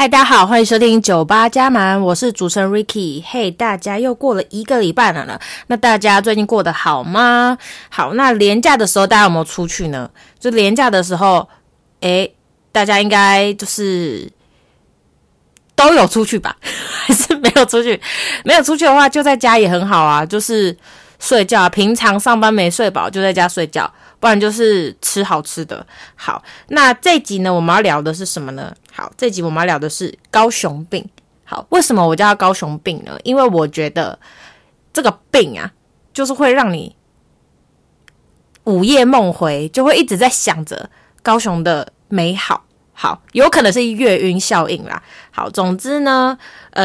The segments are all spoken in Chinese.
嗨，大家好，欢迎收听酒吧加满，我是主持人 Ricky。嘿，大家又过了1个礼拜了呢，那大家最近过得好吗？好，那连假的时候大家有没有出去呢？就连假的时候，大家应该就是都有出去吧？还是没有出去？没有出去的话，就在家也很好啊，就是睡觉。平常上班没睡饱，就在家睡觉，不然就是吃好吃的。好，那这一集呢，我们要聊的是什么呢？好，这集我们要聊的是高雄病。好，为什么我叫它高雄病呢？因为我觉得这个病啊，就是会让你午夜梦回，就会一直在想着高雄的美好。好，有可能是月晕效应啦。好，总之呢，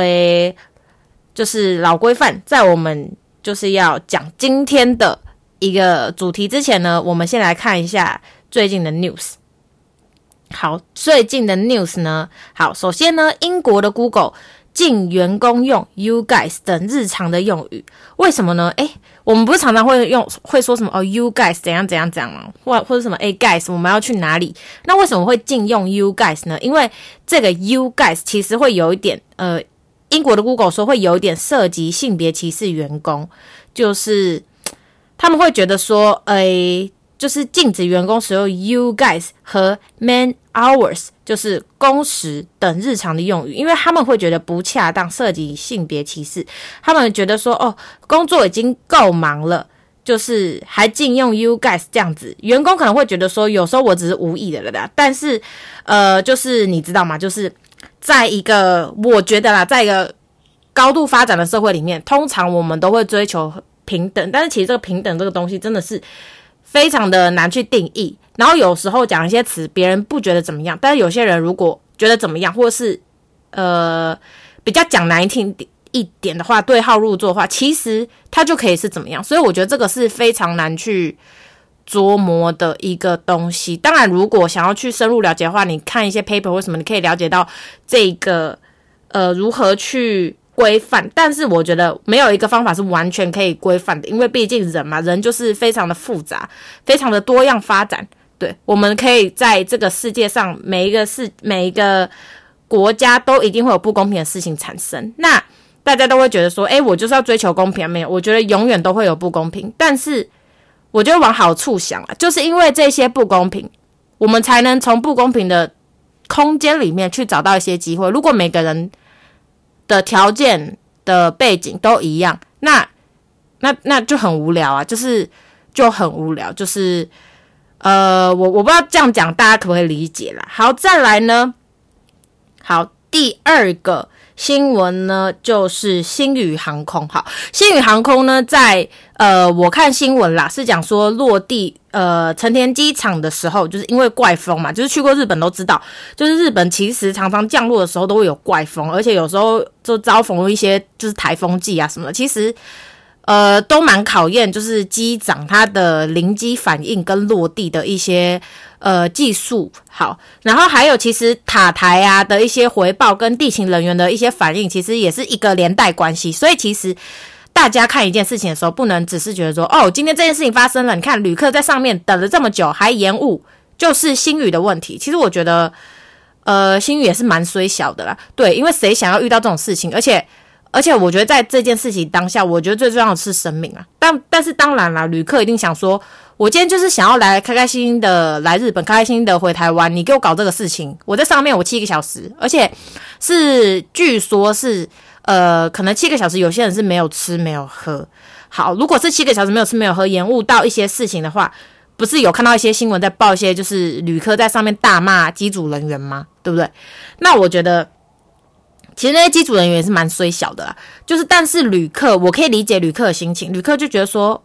就是老规范，在我们就是要讲今天的一个主题之前呢，我们先来看一下最近的 news。好，最近的 news 呢，好，首先呢，英国的 Google 禁员工用 you guys 等日常的用语，为什么呢？我们不是常常会说什么you guys 怎样怎样怎样吗？或者什么guys 我们要去哪里？那为什么会禁用 you guys 呢？因为这个 you guys 其实会有一点英国的 Google 说会有一点涉及性别歧视员工，就是他们会觉得说就是禁止员工使用 you guys 和 man hours 就是工时等日常的用语，因为他们会觉得不恰当，涉及性别歧视。他们觉得说工作已经够忙了，就是还禁用 you guys 这样子，员工可能会觉得说有时候我只是无意的啦，但是就是你知道吗，就是在一个我觉得啦，在一个高度发展的社会里面，通常我们都会追求平等，但是其实这个平等这个东西真的是非常的难去定义，然后有时候讲一些词别人不觉得怎么样，但是有些人如果觉得怎么样，或是比较讲难听一点的话，对号入座的话，其实他就可以是怎么样，所以我觉得这个是非常难去琢磨的一个东西。当然如果想要去深入了解的话，你看一些 paper 或什么，你可以了解到这个如何去规范，但是我觉得没有一个方法是完全可以规范的，因为毕竟人嘛，人就是非常的复杂，非常的多样发展。对，我们可以在这个世界上每一个国家都一定会有不公平的事情产生。那大家都会觉得说，我就是要追求公平，没有，我觉得永远都会有不公平。但是我觉得往好处想啊，就是因为这些不公平，我们才能从不公平的空间里面去找到一些机会。如果每个人的条件的背景都一样，那就很无聊啊，就很无聊，就是我不知道这样讲大家可不可以理解啦。好，再来呢，好，第二个新闻呢就是星宇航空。好，星宇航空呢在我看新闻啦，是讲说落地成田机场的时候，就是因为怪风嘛，就是去过日本都知道，就是日本其实常常降落的时候都会有怪风，而且有时候就遭逢一些就是台风季啊什么的，其实都蛮考验就是机长他的临机反应跟落地的一些技术。好，然后还有其实塔台啊的一些回报跟地勤人员的一些反应，其实也是一个连带关系。所以其实大家看一件事情的时候，不能只是觉得说今天这件事情发生了，你看旅客在上面等了这么久还延误，就是星宇的问题。其实我觉得星宇也是蛮衰小的啦，对，因为谁想要遇到这种事情，而且我觉得在这件事情当下，我觉得最重要的是生命啊。但是当然啦，旅客一定想说，我今天就是想要来开开心心的来日本，开开心心的回台湾，你给我搞这个事情，我在上面我7个小时，而且是据说是可能7个小时有些人是没有吃没有喝。好，如果是7个小时没有吃没有喝，延误到一些事情的话，不是有看到一些新闻在报一些就是旅客在上面大骂机组人员吗？对不对？那我觉得其实那些机组人员也是蛮衰小的啦，就是但是旅客我可以理解旅客的心情，旅客就觉得说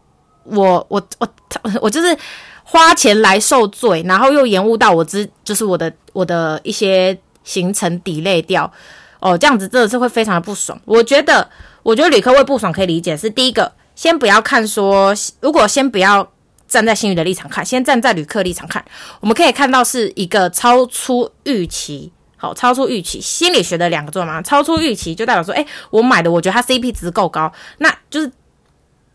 我就是花钱来受罪，然后又延误到就是我的一些行程 delay 掉这样子真的是会非常的不爽。我觉得旅客会不爽可以理解，是第一个先不要看说，如果先不要站在星宇的立场看，先站在旅客立场看，我们可以看到是一个超出预期。好，超出预期，心理学的2个作用嘛，超出预期就代表说我买的我觉得它 CP 值够高，那就是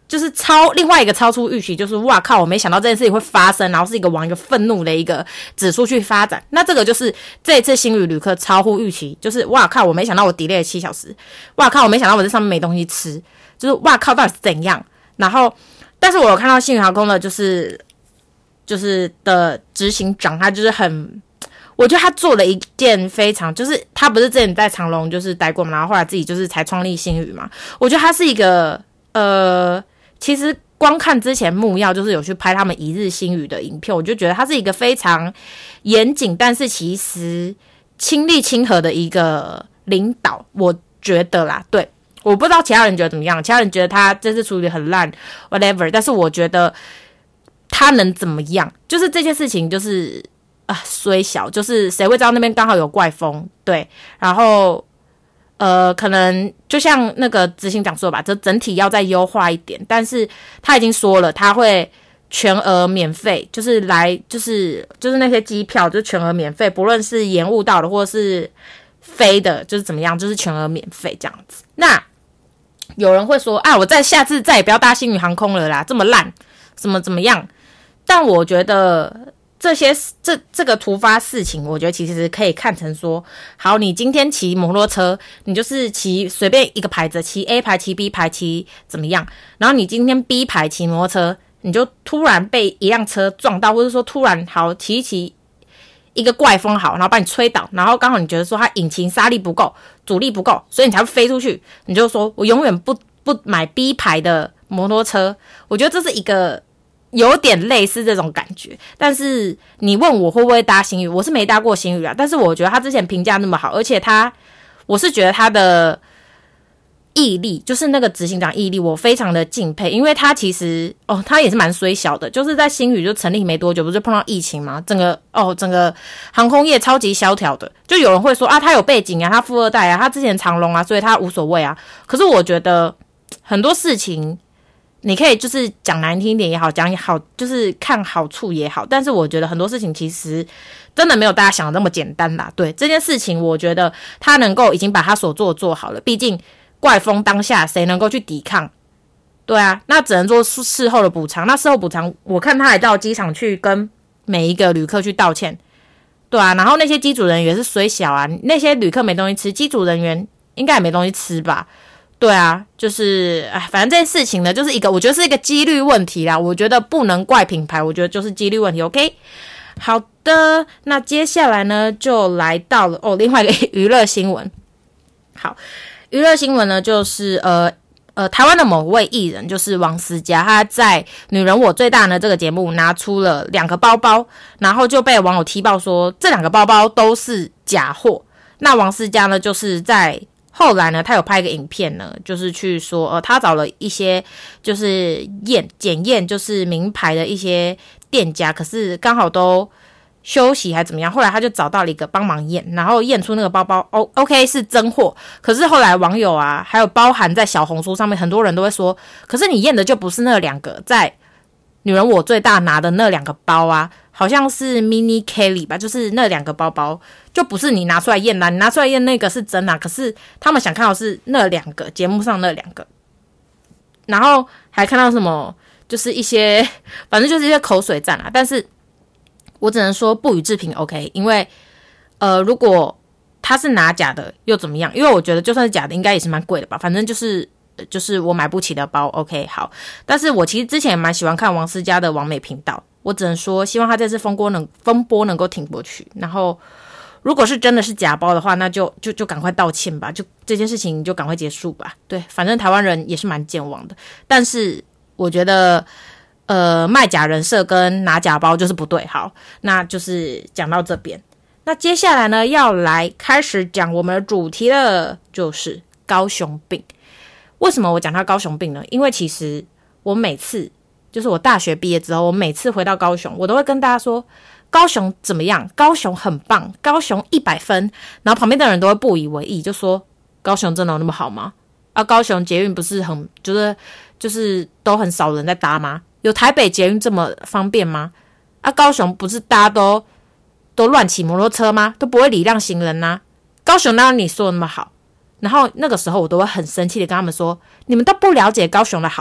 就是另外一个超出预期，就是哇靠，我没想到这件事情会发生，然后是一个往一个愤怒的一个指数去发展。那这个就是这一次星宇旅客超乎预期，就是哇靠，我没想到我 delay 了7小时，哇靠，我没想到我在上面没东西吃，就是哇靠，到底是怎样？然后，但是我有看到星宇航空的，就是的执行长，他就是我觉得他做了一件非常，就是他不是之前在长荣就是待过嘛，然后后来自己就是才创立星宇嘛。我觉得他是一个其实光看之前木曜就是有去拍他们一日星宇的影片，我就觉得他是一个非常严谨，但是其实亲力亲和的一个领导，我觉得啦，对，我不知道其他人觉得怎么样，其他人觉得他这次处理很烂 ，whatever， 但是我觉得他能怎么样？就是这件事情就是虽小，就是谁会知道那边刚好有怪风，对，然后可能就像那个执行长说吧，这整体要再优化一点，但是他已经说了，他会全额免费，就是就是那些机票就全额免费，不论是延误到的或是飞的，就是怎么样，就是全额免费这样子。那有人会说我下次再也不要搭星宇航空了啦，这么烂，怎么样？但我觉得这个突发事情，我觉得其实可以看成说，好，你今天骑摩托车，你就是骑随便一个牌子，骑 A 牌、骑 B 牌、骑怎么样？然后你今天 B 牌骑摩托车，你就突然被一辆车撞到，或者说突然好骑一骑一个怪风好，然后把你吹倒，然后刚好你觉得说它引擎刹力不够，阻力不够，所以你才会飞出去，你就说我永远不买 B 牌的摩托车。我觉得这是一个有点类似这种感觉，但是你问我会不会搭星宇，我是没搭过星宇啊，但是我觉得他之前评价那么好，而且我是觉得他的毅力，就是那个执行长毅力，我非常的敬佩，因为他其实他也是蛮衰小的，就是在星宇就成立没多久，不是碰到疫情嘛，整个航空业超级萧条的，就有人会说他有背景啊，他富二代啊，他之前长荣啊，所以他无所谓啊，可是我觉得很多事情你可以就是讲难听一点也好，讲好就是看好处也好，但是我觉得很多事情其实真的没有大家想的那么简单啦。对这件事情，我觉得他能够已经把他所做好了，毕竟怪风当下谁能够去抵抗？对啊，那只能做事后的补偿。那事后补偿，我看他还到机场去跟每一个旅客去道歉。对啊，然后那些机组人员是衰小啊，那些旅客没东西吃，机组人员应该也没东西吃吧？对啊，就是反正这件事情呢，就是我觉得是一个几率问题啦。我觉得不能怪品牌，我觉得就是几率问题。OK， 好的，那接下来呢，就来到了另外一个娱乐新闻。好，娱乐新闻呢，就是台湾的某位艺人，就是王思佳，他在《女人我最大呢》这个节目拿出了2个包包，然后就被网友踢爆说这2个包包都是假货。那王思佳呢，就是在后来呢，他有拍一个影片呢，就是去说他找了一些就是检验就是名牌的一些店家，可是刚好都休息还怎么样，后来他就找到了一个帮忙验，然后验出那个包包OK 是真货。可是后来网友还有包含在小红书上面，很多人都会说，可是你验的就不是那2个在女人我最大拿的那2个包啊，好像是 Mini Kelly 吧，就是那2个包包就不是你拿出来验啦，你拿出来验那个是真啊，可是他们想看到是那2个节目上那2个，然后还看到什么就是一些反正就是一些口水战啊，但是我只能说不予置评 OK， 因为如果他是拿假的又怎么样？因为我觉得就算是假的应该也是蛮贵的吧，反正就是我买不起的包 OK 好。但是我其实之前也蛮喜欢看王思佳的网美频道，我只能说希望他这次风波能够挺过去，然后如果是真的是假包的话，那就赶快道歉吧，就这件事情就赶快结束吧。对，反正台湾人也是蛮健忘的，但是我觉得卖假人设跟拿假包就是不对。好，那就是讲到这边。那接下来呢，要来开始讲我们的主题了，就是高雄病。为什么我讲到高雄病呢？因为其实我每次就是我大学毕业之后，我每次回到高雄，我都会跟大家说高雄怎么样，高雄很棒，高雄100分，然后旁边的人都会不以为意，就说高雄真的有那么好吗？高雄捷运不是很就是都很少人在搭吗？有台北捷运这么方便吗？高雄不是大家都乱骑摩托车吗？都不会礼让行人啊？高雄哪有你说的那么好？然后那个时候我都会很生气的跟他们说，你们都不了解高雄的好，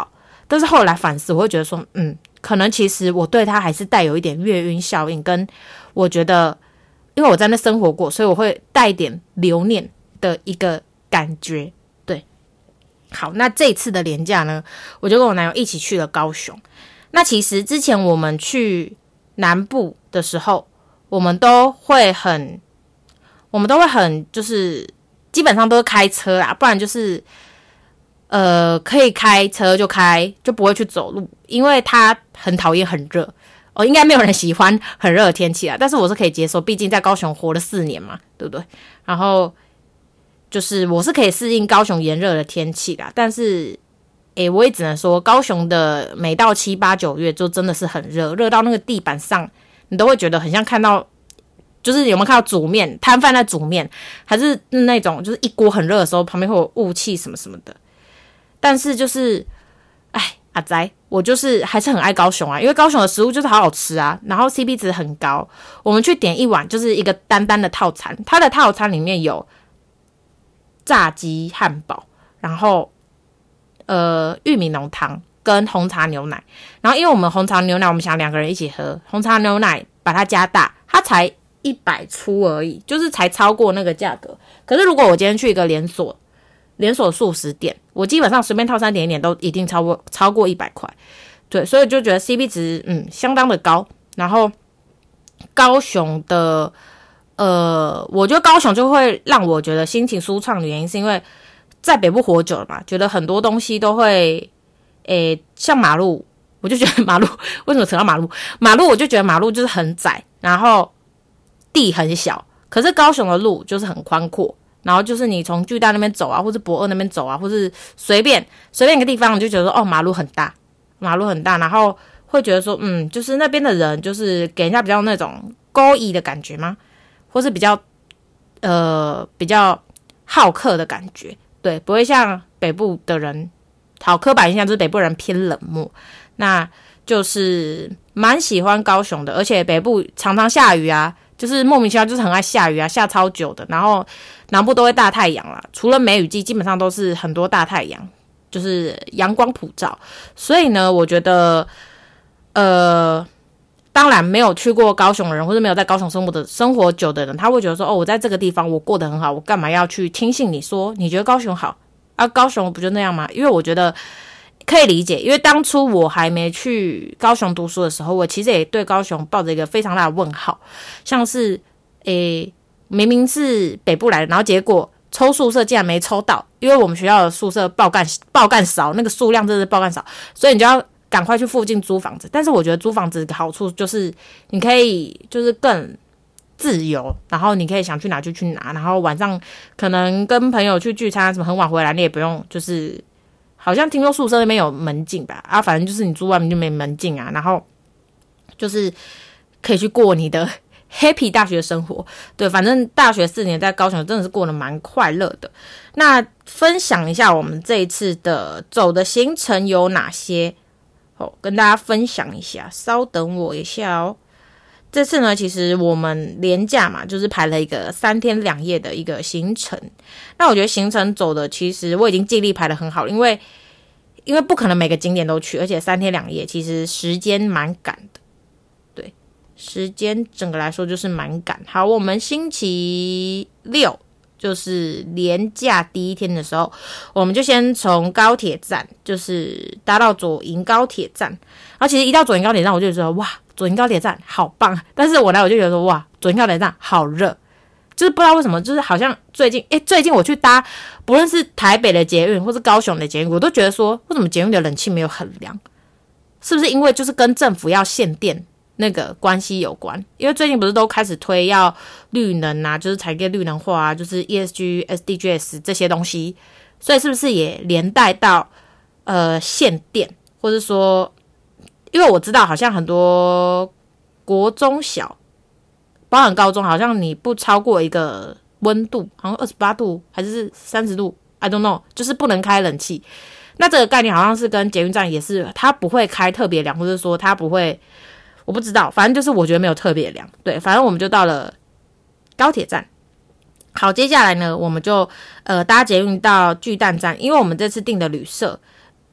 但是后来反思，我会觉得说，可能其实我对它还是带有一点月晕效应，跟我觉得，因为我在那生活过，所以我会带一点留念的一个感觉。对，好，那这一次的连假呢，我就跟我男友一起去了高雄。那其实之前我们去南部的时候，我们都会很就是基本上都是开车啦，不然就是可以开车就开，就不会去走路，因为他很讨厌很热。应该没有人喜欢很热的天气啦，但是我是可以接受，毕竟在高雄活了4年嘛，对不对？然后就是我是可以适应高雄炎热的天气啦，但是我也只能说高雄的每到7、8、9月就真的是很热，热到那个地板上你都会觉得很像看到，就是有没有看到煮面摊贩在煮面，还是那种就是一锅很热的时候旁边会有雾气什么什么的。但是就是阿宅，我就是还是很爱高雄啊，因为高雄的食物就是好好吃啊，然后 CP 值很高。我们去点一碗就是一个单单的套餐，它的套餐里面有炸鸡汉堡，然后玉米浓汤跟红茶牛奶。然后因为我们红茶牛奶我们想2个人一起喝，红茶牛奶把它加大，它才100出而已，就是才超过那个价格。可是如果我今天去一个连锁素食店，我基本上随便套餐点一点都一定超过100块。对，所以就觉得 CP 值相当的高。然后高雄的我觉得高雄就会让我觉得心情舒畅的原因是因为在北部活久了嘛，觉得很多东西都会像马路，我就觉得马路为什么扯到马路我就觉得马路就是很窄，然后地很小，可是高雄的路就是很宽阔，然后就是你从巨蛋那边走啊，或是博二那边走啊，或是随便一个地方，你就觉得说马路很大，然后会觉得说就是那边的人就是给人家比较那种勾引的感觉吗？或是比较好客的感觉。对，不会像北部的人，好刻板印象就是北部人偏冷漠。那就是蛮喜欢高雄的，而且北部常常下雨啊，就是莫名其妙就是很爱下雨啊，下超久的。然后南部都会大太阳啦，除了梅雨季，基本上都是很多大太阳，就是阳光普照。所以呢，我觉得当然没有去过高雄的人，或者没有在高雄生活久的人，他会觉得说我在这个地方我过得很好，我干嘛要去听信你说你觉得高雄好啊？高雄不就那样吗？因为我觉得可以理解，因为当初我还没去高雄读书的时候，我其实也对高雄抱着一个非常大的问号，像是明明是北部来的，然后结果抽宿舍竟然没抽到，因为我们学校的宿舍爆干少，那个数量真的是爆干少，所以你就要赶快去附近租房子。但是我觉得租房子的好处就是你可以就是更自由，然后你可以想去哪就去哪，然后晚上可能跟朋友去聚餐什么很晚回来，你也不用就是好像听说宿舍那边有门禁吧反正就是你住外面就没门禁啊，然后就是可以去过你的 happy 大学生活。对，反正大学4年在高雄真的是过得蛮快乐的。那分享一下我们这一次的走的行程有哪些跟大家分享一下，稍等我一下哦。这次呢，其实我们连假嘛，就是排了一个3天2夜的一个行程。那我觉得行程走的其实我已经尽力排得很好，因为不可能每个景点都去，而且3天2夜其实时间蛮赶的。对，时间整个来说就是蛮赶。好，我们星期6就是连假第1天的时候，我们就先从高铁站就是搭到左营高铁站。然后其实一到左营高铁站，我就觉得哇，左营高铁站好棒。但是我就觉得说哇，左营高铁站好热，就是不知道为什么，就是好像最近我去搭不论是台北的捷运或是高雄的捷运，我都觉得说为什么捷运的冷气没有很凉？是不是因为就是跟政府要限电那个关系有关？因为最近不是都开始推要绿能啊，就是产业绿能化啊，就是 ESG、SDGs 这些东西，所以是不是也连带到限电，或者说，因为我知道好像很多国中小，包含高中，好像你不超过一个温度，好像28度还是30度 ，I don't know， 就是不能开冷气。那这个概念好像是跟捷运站也是，它不会开特别凉，或者说它不会。我不知道，反正就是我觉得没有特别凉。对，反正我们就到了高铁站。好，接下来呢，我们就搭捷运到巨蛋站，因为我们这次订的旅社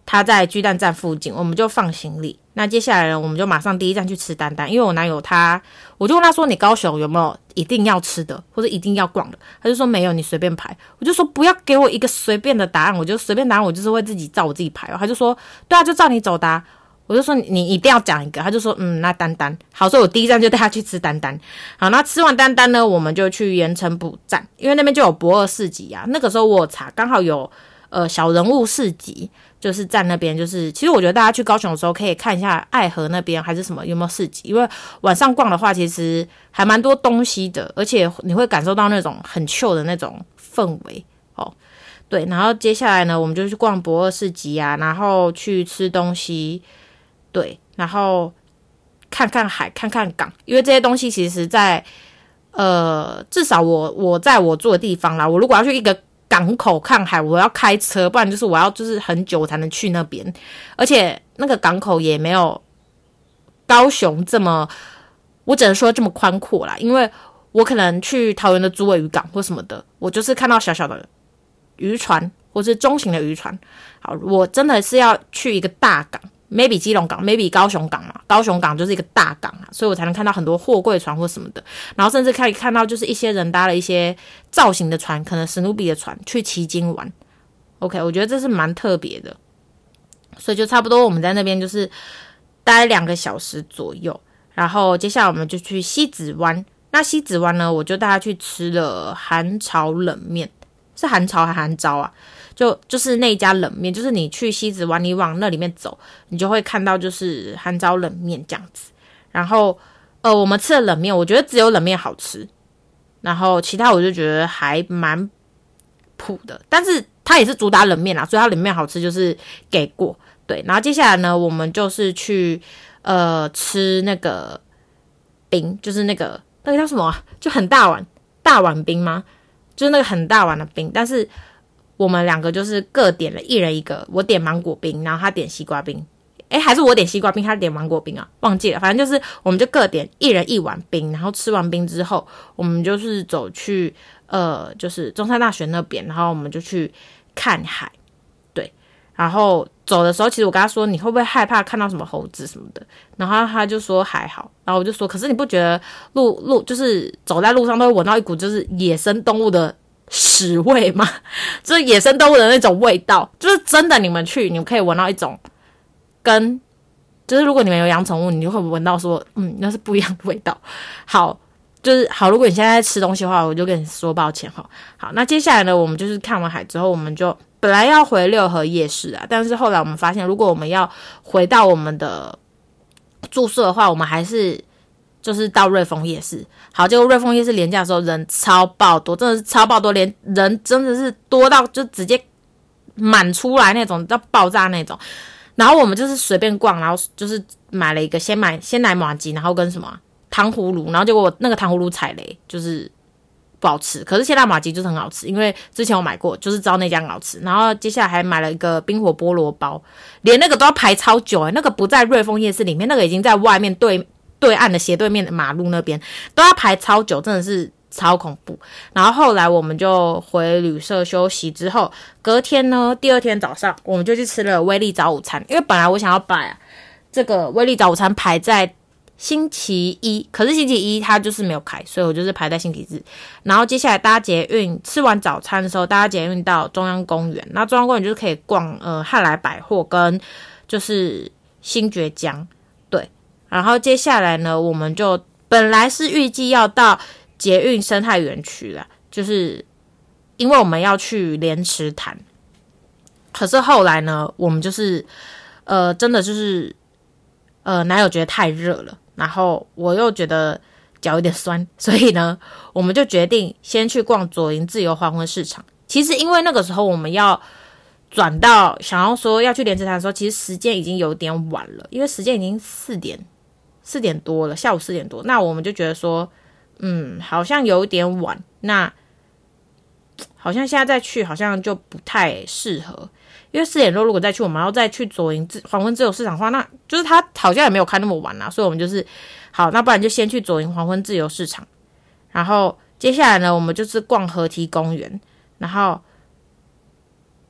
他在巨蛋站附近，我们就放行李。那接下来呢，我们就马上第一站去吃丹丹，因为我男友我就问他说：“你高雄有没有一定要吃的，或者一定要逛的？”他就说：“没有，你随便排。”我就说：“不要给我一个随便的答案，我就随便答案，我就是会自己照我自己排。”他就说：“对啊，就照你走的啊。”我就说你一定要讲一个，他就说那丹丹好，所以我第一站就带他去吃丹丹。好，那吃完丹丹呢，我们就去盐城埔站，因为那边就有博二市集啊。那个时候我有查，刚好有小人物市集，就是站那边，就是其实我觉得大家去高雄的时候可以看一下爱河那边还是什么有没有市集，因为晚上逛的话其实还蛮多东西的，而且你会感受到那种很chill的那种氛围哦。对，然后接下来呢，我们就去逛博二市集啊，然后去吃东西。对，然后看看海，看看港，因为这些东西其实在至少我在我住的地方啦，我如果要去一个港口看海，我要开车，不然就是我要就是很久才能去那边，而且那个港口也没有高雄这么，我只能说这么宽阔啦，因为我可能去桃园的竹围渔港或什么的，我就是看到小小的渔船或是中型的渔船。好，我真的是要去一个大港。maybe 基隆港 maybe 高雄港嘛，高雄港就是一个大港啊，所以我才能看到很多货柜船或什么的，然后甚至可以看到就是一些人搭了一些造型的船，可能史努比的船去旗津玩。 OK， 我觉得这是蛮特别的，所以就差不多我们在那边就是待2个小时左右，然后接下来我们就去西子湾。那西子湾呢，我就带他去吃了韩潮冷面，是韩潮还是韩招啊？就是那一家冷面，就是你去西子湾，你往那里面走，你就会看到就是韩招冷面这样子。然后我们吃的冷面，我觉得只有冷面好吃，然后其他我就觉得还蛮普的，但是它也是主打冷面啦，所以它冷面好吃就是给过。对，然后接下来呢，我们就是去吃那个冰，就是那个叫什么啊？就很大碗冰吗？就是那个很大碗的冰，但是我们2个就是各点了一人一个，我点芒果冰，然后他点西瓜冰。还是我点西瓜冰，他点芒果冰啊，忘记了。反正就是我们就各点一人1碗冰，然后吃完冰之后，我们就是走去就是中山大学那边，然后我们就去看海。对，然后走的时候，其实我跟他说你会不会害怕看到什么猴子什么的，然后他就说还好，然后我就说可是你不觉得路就是走在路上都会闻到一股就是野生动物的屎味吗？就是野生动物的那种味道，就是真的，你们可以闻到一种就是如果你们有养宠物，你就会闻到说那是不一样的味道。好，如果你现在在吃东西的话，我就跟你说抱歉哈。好，那接下来呢，我们就是看完海之后，我们就本来要回六合夜市啊，但是后来我们发现，如果我们要回到我们的住宿的话，我们还是就是到瑞丰夜市。好，结果瑞丰夜市连假的时候人超爆多，真的是超爆多，连人真的是多到就直接满出来那种，到爆炸那种。然后我们就是随便逛，然后就是买了一个鲜奶麻糬，然后跟什么糖葫芦，然后结果那个糖葫芦踩雷，就是不好吃。可是鲜奶麻糬就是很好吃，因为之前我买过，就是知道那家很好吃。然后接下来还买了一个冰火菠萝包，连那个都要排超久那个不在瑞丰夜市里面，那个已经在外面对岸的斜对面的马路那边都要排超久，真的是超恐怖。然后后来我们就回旅社休息之后，隔天呢，第2天早上我们就去吃了威力早午餐，因为本来我想要把这个威力早午餐排在星期一，可是星期一它就是没有开，所以我就是排在星期日。然后接下来搭捷运，吃完早餐的时候搭捷运到中央公园，那中央公园就是可以逛汉来百货跟就是新爵江。对，然后接下来呢，我们就本来是预计要到捷运生态园区啦，就是因为我们要去莲池潭。可是后来呢，我们就是真的就是男友觉得太热了，然后我又觉得脚有点酸，所以呢，我们就决定先去逛左营自由黄昏市场。其实因为那个时候我们要转到想要说要去莲池潭的时候，其实时间已经有点晚了，因为时间已经4点多了，下午4点多。那我们就觉得说好像有点晚，那好像现在再去好像就不太适合，因为4点多如果再去，我们要再去左营黄昏自由市场的话，那就是它好像也没有开那么晚所以我们就是好，那不然就先去左营黄昏自由市场，然后接下来呢，我们就是逛河堤公园，然后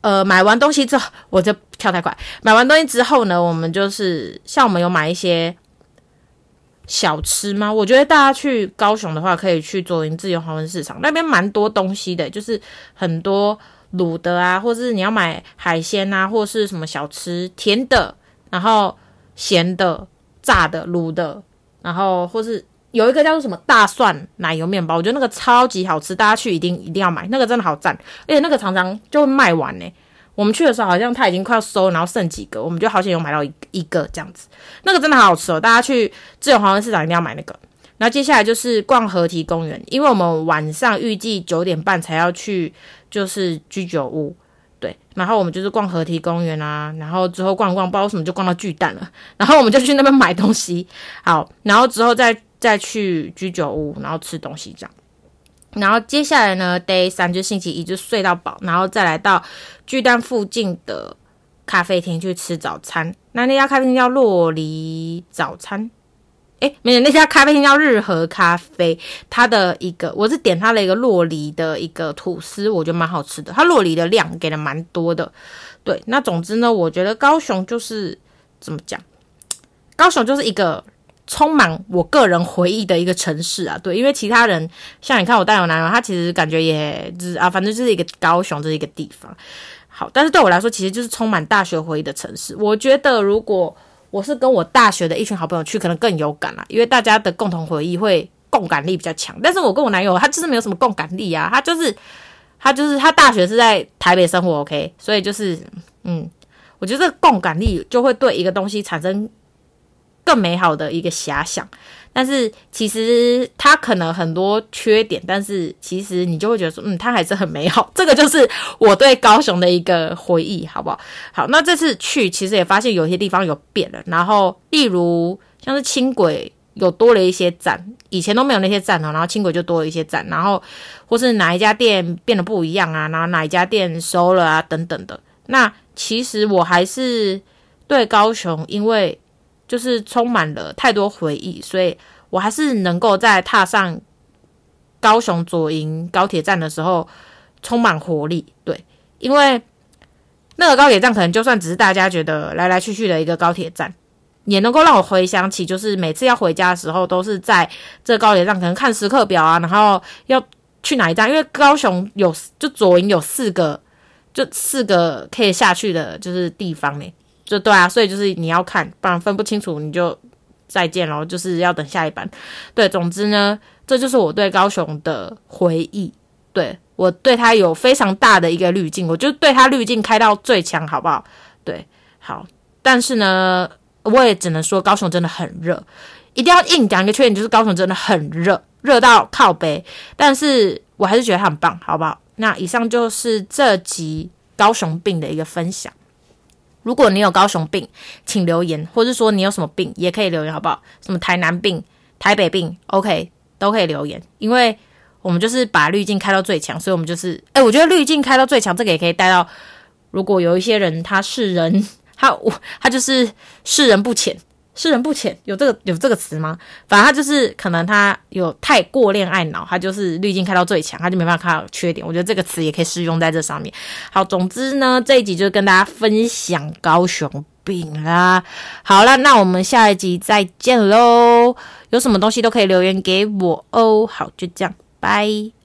买完东西之后，我就跳太快。买完东西之后呢，我们就是像我们有买一些小吃吗？我觉得大家去高雄的话，可以去左营自由黄昏市场，那边蛮多东西的，就是很多卤的啊，或是你要买海鲜啊，或是什么小吃，甜的，然后咸的、炸的、卤的，然后或是有一个叫做什么大蒜奶油面包，我觉得那个超级好吃，大家去一定要买，那个真的好赞，而且那个常常就会卖完呢。我们去的时候好像它已经快要收，然后剩几个，我们就好像有买到一个这样子，那个真的好好吃哦，大家去自由黄昏市场一定要买那个。然后接下来就是逛河堤公园，因为我们晚上预计9点半才要去，就是居酒屋，对，然后我们就是逛河堤公园啊，然后之后逛，不知道为什么就逛到巨蛋了，然后我们就去那边买东西，好，然后之后再去居酒屋，然后吃东西这样。然后接下来呢 ，Day 3就星期一就睡到饱，然后再来到巨蛋附近的咖啡厅去吃早餐。那家咖啡厅叫洛梨早餐，没有，那家咖啡厅叫日和咖啡。它的一个，我是点它的一个洛梨的一个吐司，我觉得蛮好吃的。它洛梨的量给的蛮多的，对。那总之呢，我觉得高雄就是怎么讲，高雄就是一个充满我个人回忆的一个城市啊，对，因为其他人像你看我大有男友，他其实感觉也就是反正就是一个高雄这是一个地方，好，但是对我来说，其实就是充满大学回忆的城市。我觉得如果我是跟我大学的一群好朋友去，可能更有感啦，因为大家的共同回忆会共感力比较强。但是我跟我男友，他就是没有什么共感力啊，他大学是在台北生活 ，OK， 所以就是我觉得这个共感力就会对一个东西产生更美好的一个遐想，但是其实它可能很多缺点，但是其实你就会觉得说，它还是很美好。这个就是我对高雄的一个回忆，好不好？好，那这次去其实也发现有些地方有变了，然后例如像是轻轨有多了一些站，以前都没有那些站哦，然后轻轨就多了一些站，然后或是哪一家店变得不一样啊，然后哪一家店收了啊，等等的。那其实我还是对高雄，因为就是充满了太多回忆，所以我还是能够在踏上高雄左营高铁站的时候充满活力，对，因为那个高铁站可能就算只是大家觉得来来去去的一个高铁站，也能够让我回想起，就是每次要回家的时候都是在这个高铁站，可能看时刻表啊，然后要去哪一站，因为高雄就左营有4个可以下去的就是地方呢。就对啊，所以就是你要看，不然分不清楚你就再见咯，就是要等下一班。对，总之呢，这就是我对高雄的回忆。对，我对它有非常大的一个滤镜，我就对它滤镜开到最强，好不好？对，好。但是呢，我也只能说高雄真的很热，一定要硬讲一个缺点，就是高雄真的很热，热到靠北。但是我还是觉得它很棒，好不好？那以上就是这集高雄病的一个分享。如果你有高雄病，请留言，或是说你有什么病也可以留言，好不好？什么台南病、台北病 ，OK， 都可以留言。因为我们就是把滤镜开到最强，所以我们就是，我觉得滤镜开到最强，这个也可以带到，如果有一些人他世人，他就是世人不浅。世人不浅有这个词吗？反正他就是可能他有太过恋爱脑，他就是滤镜开到最强，他就没办法看到缺点。我觉得这个词也可以适用在这上面。好，总之呢，这一集就是跟大家分享高雄病啦。好啦，那我们下一集再见咯，有什么东西都可以留言给我哦。好，就这样，拜。